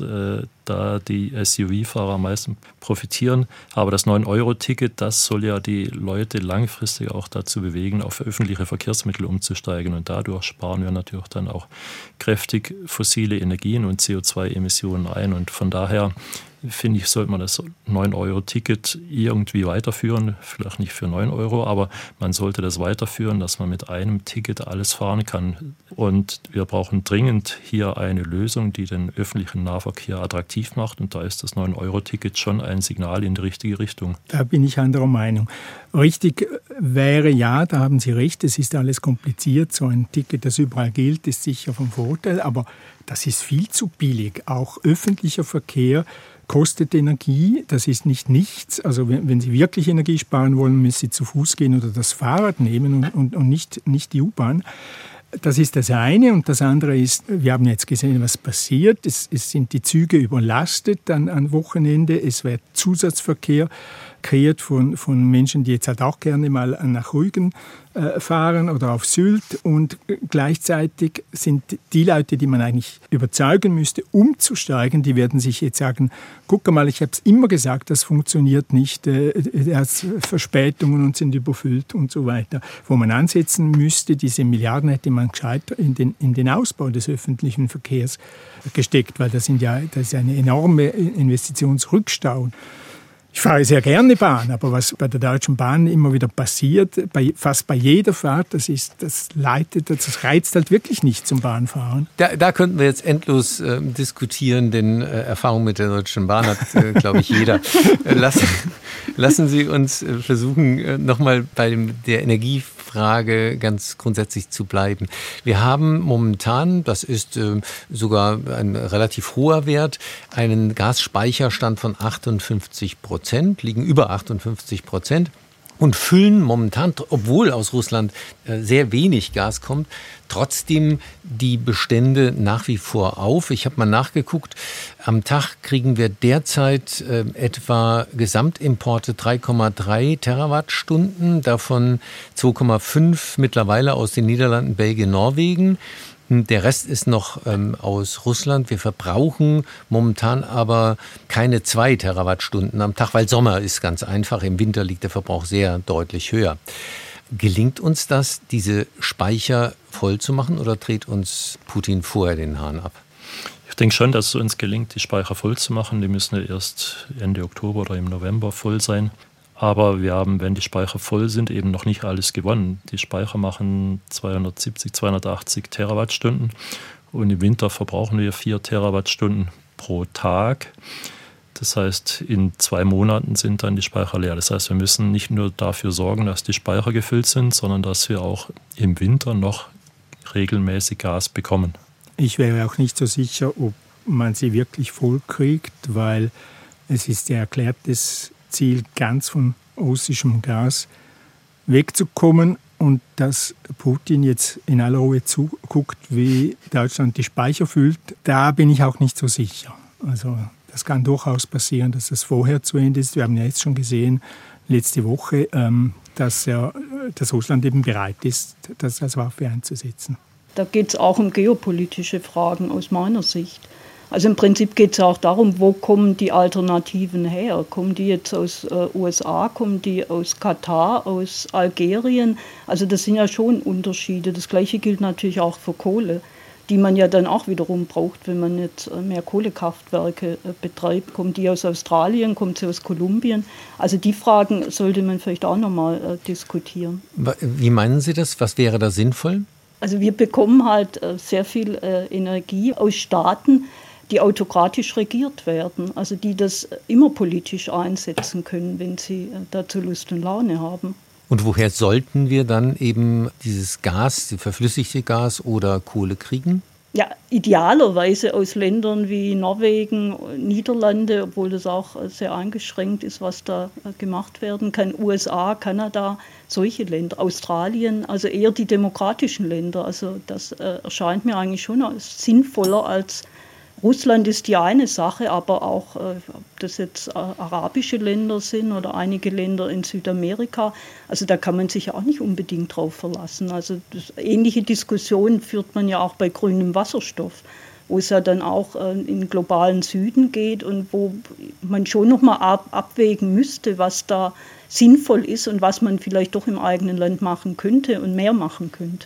da die SUV-Fahrer am meisten profitieren. Aber das 9-Euro-Ticket, das soll ja die Leute langfristig auch dazu bewegen, auf öffentliche Verkehrsmittel umzusteigen. Und dadurch sparen wir natürlich dann auch kräftig fossile Energien und CO2-Emissionen ein. Und von daher finde ich, sollte man das 9-Euro-Ticket irgendwie weiterführen. Vielleicht nicht für 9 Euro, aber man sollte das weiterführen, dass man mit einem Ticket alles fahren kann. Und wir brauchen dringend hier eine Lösung, die den öffentlichen Nahverkehr attraktiv macht. Und da ist das 9-Euro-Ticket schon ein Signal in die richtige Richtung. Da bin ich anderer Meinung. Richtig wäre ja, da haben Sie recht, es ist alles kompliziert. So ein Ticket, das überall gilt, ist sicher vom Vorteil. Aber das ist viel zu billig. Auch öffentlicher Verkehr kostet Energie, das ist nicht nichts. Also wenn Sie wirklich Energie sparen wollen, müssen Sie zu Fuß gehen oder das Fahrrad nehmen und nicht die U-Bahn. Das ist das eine. Und das andere ist, wir haben jetzt gesehen, was passiert. Es sind die Züge überlastet an Wochenende. Es wird Zusatzverkehr kreiert von Menschen, die jetzt halt auch gerne mal nach Rügen fahren oder auf Sylt. Und gleichzeitig sind die Leute, die man eigentlich überzeugen müsste, umzusteigen, die werden sich jetzt sagen, guck mal, ich habe es immer gesagt, das funktioniert nicht, es hat Verspätungen und sind überfüllt und so weiter. Wo man ansetzen müsste, diese Milliarden hätte man gescheit in den Ausbau des öffentlichen Verkehrs gesteckt, weil das ist eine enorme Investitionsrückstau. Ich fahre sehr gerne Bahn, aber was bei der Deutschen Bahn immer wieder passiert, fast bei jeder Fahrt, das reizt halt wirklich nicht zum Bahnfahren. Da könnten wir jetzt endlos diskutieren, denn Erfahrung mit der Deutschen Bahn hat, glaube ich, jeder. Lassen Sie uns versuchen, nochmal bei der Energiefrage ganz grundsätzlich zu bleiben. Wir haben momentan, das ist sogar ein relativ hoher Wert, einen Gasspeicherstand von 58%, liegen über 58% und füllen momentan, obwohl aus Russland sehr wenig Gas kommt, trotzdem die Bestände nach wie vor auf. Ich habe mal nachgeguckt, am Tag kriegen wir derzeit etwa Gesamtimporte 3,3 Terawattstunden, davon 2,5 mittlerweile aus den Niederlanden, Belgien, Norwegen. Der Rest ist noch aus Russland. Wir verbrauchen momentan aber keine 2 Terawattstunden am Tag, weil Sommer ist ganz einfach. Im Winter liegt der Verbrauch sehr deutlich höher. Gelingt uns das, diese Speicher voll zu machen, oder dreht uns Putin vorher den Hahn ab? Ich denke schon, dass es uns gelingt, die Speicher voll zu machen. Die müssen ja erst Ende Oktober oder im November voll sein. Aber wir haben, wenn die Speicher voll sind, eben noch nicht alles gewonnen. Die Speicher machen 270, 280 Terawattstunden und im Winter verbrauchen wir 4 Terawattstunden pro Tag. Das heißt, in 2 Monaten sind dann die Speicher leer. Das heißt, wir müssen nicht nur dafür sorgen, dass die Speicher gefüllt sind, sondern dass wir auch im Winter noch regelmäßig Gas bekommen. Ich wäre auch nicht so sicher, ob man sie wirklich voll kriegt, weil es ist ja erklärtes Ziel, ganz von russischem Gas wegzukommen und dass Putin jetzt in aller Ruhe zuguckt, wie Deutschland die Speicher füllt, da bin ich auch nicht so sicher. Also das kann durchaus passieren, dass es vorher zu Ende ist. Wir haben ja jetzt schon gesehen, letzte Woche, dass Russland eben bereit ist, das als Waffe einzusetzen. Da geht es auch um geopolitische Fragen aus meiner Sicht. Also im Prinzip geht es auch darum, wo kommen die Alternativen her? Kommen die jetzt aus USA, kommen die aus Katar, aus Algerien? Also das sind ja schon Unterschiede. Das Gleiche gilt natürlich auch für Kohle, die man ja dann auch wiederum braucht, wenn man jetzt mehr Kohlekraftwerke betreibt. Kommt die aus Australien, kommt sie aus Kolumbien? Also die Fragen sollte man vielleicht auch nochmal diskutieren. Wie meinen Sie das? Was wäre da sinnvoll? Also wir bekommen halt sehr viel Energie aus Staaten, die autokratisch regiert werden, also die das immer politisch einsetzen können, wenn sie dazu Lust und Laune haben. Und woher sollten wir dann eben dieses Gas, die verflüssigte Gas oder Kohle kriegen? Ja, idealerweise aus Ländern wie Norwegen, Niederlande, obwohl das auch sehr eingeschränkt ist, was da gemacht werden kann. USA, Kanada, solche Länder, Australien, also eher die demokratischen Länder. Also das erscheint mir eigentlich schon als sinnvoller als Russland ist die eine Sache, aber auch, ob das jetzt arabische Länder sind oder einige Länder in Südamerika, also da kann man sich ja auch nicht unbedingt drauf verlassen. Also ähnliche Diskussionen führt man ja auch bei grünem Wasserstoff, wo es ja dann auch in den globalen Süden geht und wo man schon nochmal abwägen müsste, was da sinnvoll ist und was man vielleicht doch im eigenen Land machen könnte und mehr machen könnte.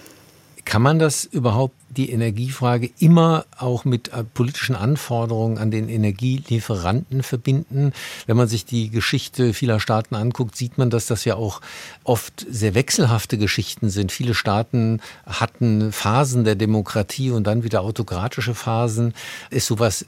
Kann man das überhaupt, die Energiefrage, immer auch mit politischen Anforderungen an den Energielieferanten verbinden? Wenn man sich die Geschichte vieler Staaten anguckt, sieht man, dass das ja auch oft sehr wechselhafte Geschichten sind. Viele Staaten hatten Phasen der Demokratie und dann wieder autokratische Phasen. Ist sowas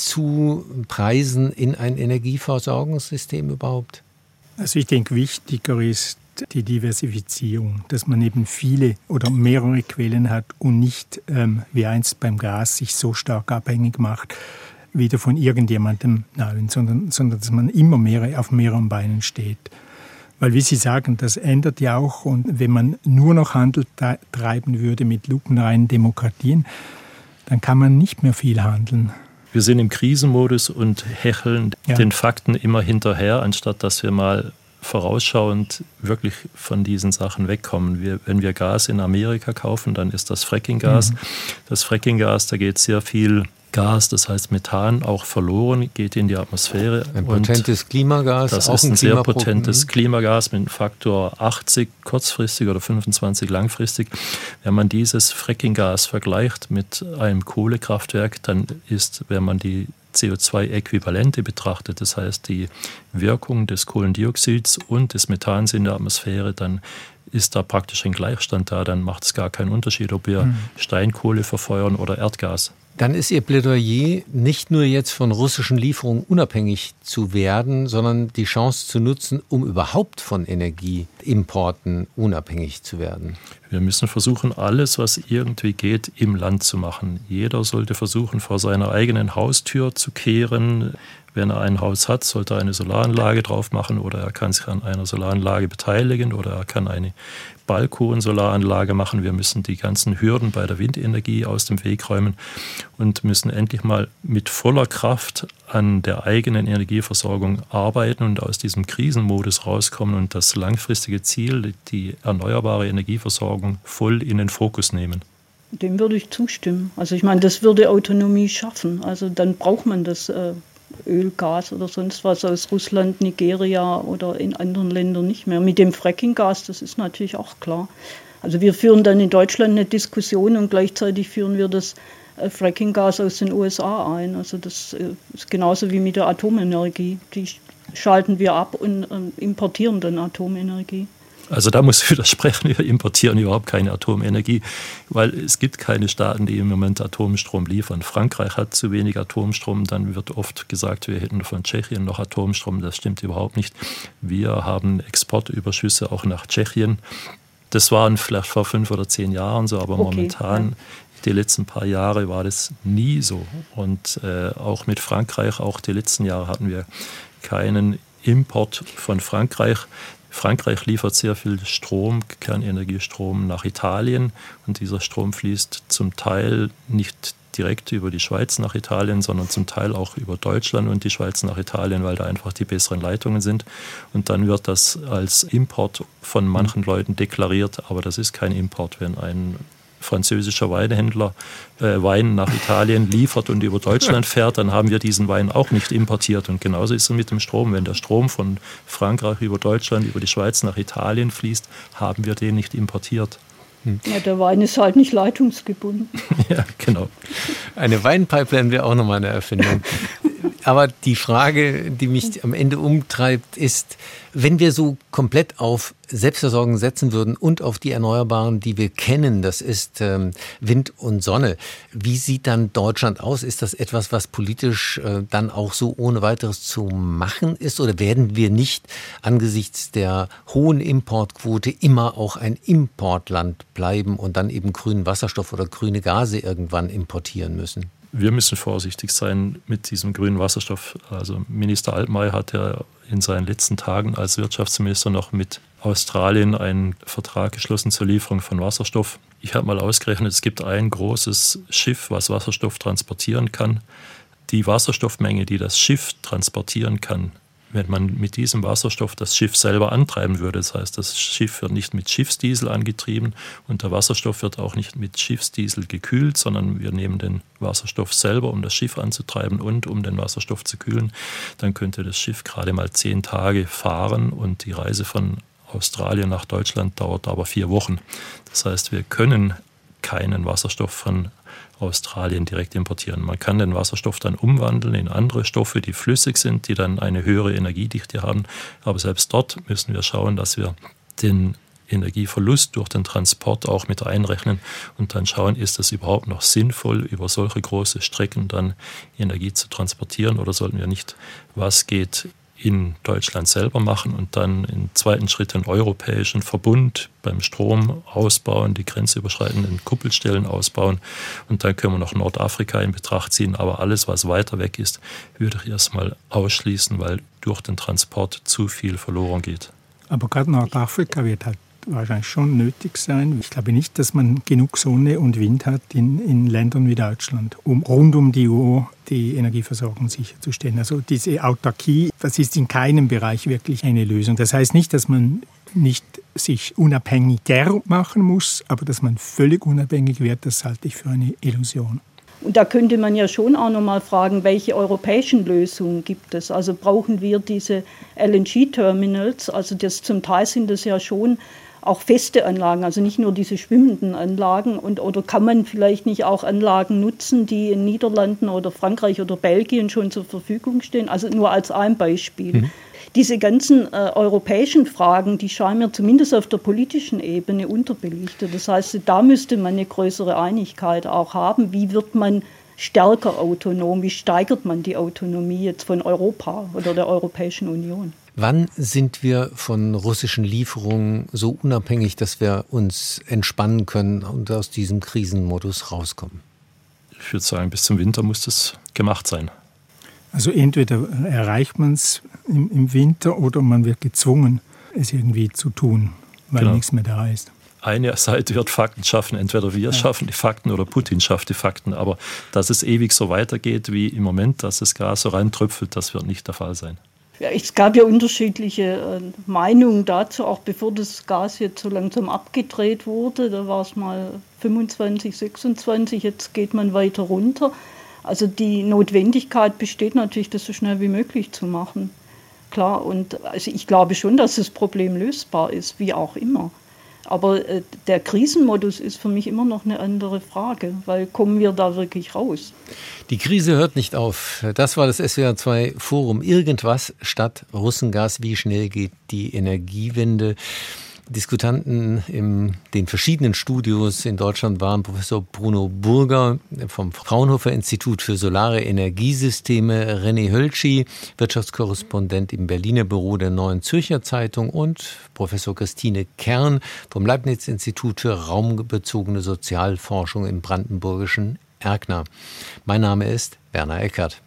einzupreisen in ein Energieversorgungssystem überhaupt? Also ich denke, wichtiger ist die Diversifizierung, dass man eben viele oder mehrere Quellen hat und nicht wie einst beim Gas sich so stark abhängig macht, wieder von irgendjemandem Neuen, sondern dass man immer mehr auf mehreren Beinen steht. Weil, wie Sie sagen, das ändert ja auch, und wenn man nur noch Handel treiben würde mit lupenreinen Demokratien, dann kann man nicht mehr viel handeln. Wir sind im Krisenmodus und hecheln den Fakten immer hinterher, anstatt dass wir mal vorausschauend wirklich von diesen Sachen wegkommen. Wenn wir Gas in Amerika kaufen, dann ist das Frackinggas. Das Frackinggas, da geht sehr viel Gas, das heißt Methan, auch verloren, geht in die Atmosphäre. Ein potentes Klimagas. Das ist ein sehr potentes Klimagas mit einem Faktor 80 kurzfristig oder 25 langfristig. Wenn man dieses Frackinggas vergleicht mit einem Kohlekraftwerk, dann ist, wenn man die CO2-Äquivalente betrachtet, das heißt die Wirkung des Kohlendioxids und des Methans in der Atmosphäre, dann ist da praktisch ein Gleichstand da, dann macht es gar keinen Unterschied, ob wir Steinkohle verfeuern oder Erdgas. Dann ist Ihr Plädoyer nicht nur jetzt von russischen Lieferungen unabhängig zu werden, sondern die Chance zu nutzen, um überhaupt von Energieimporten unabhängig zu werden. Wir müssen versuchen, alles, was irgendwie geht, im Land zu machen. Jeder sollte versuchen, vor seiner eigenen Haustür zu kehren. Wenn er ein Haus hat, sollte er eine Solaranlage drauf machen oder er kann sich an einer Solaranlage beteiligen oder er kann eine Balkonsolaranlage machen. Wir müssen die ganzen Hürden bei der Windenergie aus dem Weg räumen und müssen endlich mal mit voller Kraft an der eigenen Energieversorgung arbeiten und aus diesem Krisenmodus rauskommen und das langfristige Ziel, die erneuerbare Energieversorgung, voll in den Fokus nehmen. Dem würde ich zustimmen. Also ich meine, das würde Autonomie schaffen. Also dann braucht man das Öl, Gas oder sonst was aus Russland, Nigeria oder in anderen Ländern nicht mehr. Mit dem Frackinggas, das ist natürlich auch klar. Also wir führen dann in Deutschland eine Diskussion und gleichzeitig führen wir das Frackinggas aus den USA ein. Also das ist genauso wie mit der Atomenergie. Die schalten wir ab und importieren dann Atomenergie. Also da muss ich widersprechen, wir importieren überhaupt keine Atomenergie, weil es gibt keine Staaten, die im Moment Atomstrom liefern. Frankreich hat zu wenig Atomstrom, dann wird oft gesagt, wir hätten von Tschechien noch Atomstrom, das stimmt überhaupt nicht. Wir haben Exportüberschüsse auch nach Tschechien. Das waren vielleicht vor 5 oder 10 Jahren so, aber momentan Die letzten paar Jahre war das nie so. Und auch mit Frankreich, auch die letzten Jahre hatten wir keinen Import von Frankreich. Frankreich liefert sehr viel Strom, Kernenergiestrom nach Italien. Und dieser Strom fließt zum Teil nicht direkt über die Schweiz nach Italien, sondern zum Teil auch über Deutschland und die Schweiz nach Italien, weil da einfach die besseren Leitungen sind. Und dann wird das als Import von manchen Leuten deklariert, aber das ist kein Import. Wenn ein französischer Weinhändler Wein nach Italien liefert und über Deutschland fährt, dann haben wir diesen Wein auch nicht importiert. Und genauso ist es mit dem Strom. Wenn der Strom von Frankreich über Deutschland, über die Schweiz nach Italien fließt, haben wir den nicht importiert. Ja, der Wein ist halt nicht leitungsgebunden. Ja, genau. Eine Weinpipeline wäre auch nochmal eine Erfindung. Aber die Frage, die mich am Ende umtreibt, ist, wenn wir so komplett auf Selbstversorgung setzen würden und auf die Erneuerbaren, die wir kennen, das ist Wind und Sonne, wie sieht dann Deutschland aus? Ist das etwas, was politisch dann auch so ohne weiteres zu machen ist? Oder werden wir nicht angesichts der hohen Importquote immer auch ein Importland bleiben und dann eben grünen Wasserstoff oder grüne Gase irgendwann importieren müssen? Wir müssen vorsichtig sein mit diesem grünen Wasserstoff. Also Minister Altmaier hat ja in seinen letzten Tagen als Wirtschaftsminister noch mit Australien einen Vertrag geschlossen zur Lieferung von Wasserstoff. Ich habe mal ausgerechnet, es gibt ein großes Schiff, was Wasserstoff transportieren kann. Die Wasserstoffmenge, die das Schiff transportieren kann, wenn man mit diesem Wasserstoff das Schiff selber antreiben würde, das heißt, das Schiff wird nicht mit Schiffsdiesel angetrieben und der Wasserstoff wird auch nicht mit Schiffsdiesel gekühlt, sondern wir nehmen den Wasserstoff selber, um das Schiff anzutreiben und um den Wasserstoff zu kühlen. Dann könnte das Schiff gerade mal 10 Tage fahren und die Reise von Australien nach Deutschland dauert aber 4 Wochen. Das heißt, wir können keinen Wasserstoff von Australien direkt importieren. Man kann den Wasserstoff dann umwandeln in andere Stoffe, die flüssig sind, die dann eine höhere Energiedichte haben. Aber selbst dort müssen wir schauen, dass wir den Energieverlust durch den Transport auch mit einrechnen und dann schauen, ist es überhaupt noch sinnvoll, über solche große Strecken dann Energie zu transportieren oder sollten wir nicht, was geht, in Deutschland selber machen und dann im zweiten Schritt den europäischen Verbund beim Strom ausbauen, die grenzüberschreitenden Kuppelstellen ausbauen und dann können wir noch Nordafrika in Betracht ziehen. Aber alles, was weiter weg ist, würde ich erstmal ausschließen, weil durch den Transport zu viel verloren geht. Aber gerade Nordafrika wird halt wahrscheinlich schon nötig sein. Ich glaube nicht, dass man genug Sonne und Wind hat in Ländern wie Deutschland, um rund um die Uhr die Energieversorgung sicherzustellen. Also diese Autarkie, das ist in keinem Bereich wirklich eine Lösung. Das heißt nicht, dass man nicht sich unabhängiger machen muss, aber dass man völlig unabhängig wird, das halte ich für eine Illusion. Und da könnte man ja schon auch noch mal fragen, welche europäischen Lösungen gibt es? Also brauchen wir diese LNG-Terminals? Also zum Teil sind das ja schon auch feste Anlagen, also nicht nur diese schwimmenden Anlagen. Oder kann man vielleicht nicht auch Anlagen nutzen, die in Niederlanden oder Frankreich oder Belgien schon zur Verfügung stehen? Also nur als ein Beispiel. Diese ganzen europäischen Fragen, die scheinen mir zumindest auf der politischen Ebene unterbelichtet. Das heißt, da müsste man eine größere Einigkeit auch haben. Wie wird man stärker autonom? Wie steigert man die Autonomie jetzt von Europa oder der Europäischen Union? Wann sind wir von russischen Lieferungen so unabhängig, dass wir uns entspannen können und aus diesem Krisenmodus rauskommen? Ich würde sagen, bis zum Winter muss das gemacht sein. Also entweder erreicht man es im Winter oder man wird gezwungen, es irgendwie zu tun, weil nichts mehr da ist. Eine Seite wird Fakten schaffen, entweder wir schaffen die Fakten oder Putin schafft die Fakten. Aber dass es ewig so weitergeht wie im Moment, dass das Gas so reintröpfelt, das wird nicht der Fall sein. Ja, es gab ja unterschiedliche Meinungen dazu, auch bevor das Gas jetzt so langsam abgedreht wurde. Da war es mal 25, 26, jetzt geht man weiter runter. Also die Notwendigkeit besteht natürlich, das so schnell wie möglich zu machen. Klar, und also ich glaube schon, dass das Problem lösbar ist, wie auch immer. Aber der Krisenmodus ist für mich immer noch eine andere Frage, weil kommen wir da wirklich raus? Die Krise hört nicht auf. Das war das SWR2 Forum. Irgendwas statt Russengas. Wie schnell geht die Energiewende? Diskutanten in den verschiedenen Studios in Deutschland waren Professor Bruno Burger vom Fraunhofer Institut für Solare Energiesysteme, René Hölschi, Wirtschaftskorrespondent im Berliner Büro der Neuen Zürcher Zeitung und Professor Christine Kern vom Leibniz-Institut für raumbezogene Sozialforschung im brandenburgischen Erkner. Mein Name ist Werner Eckert.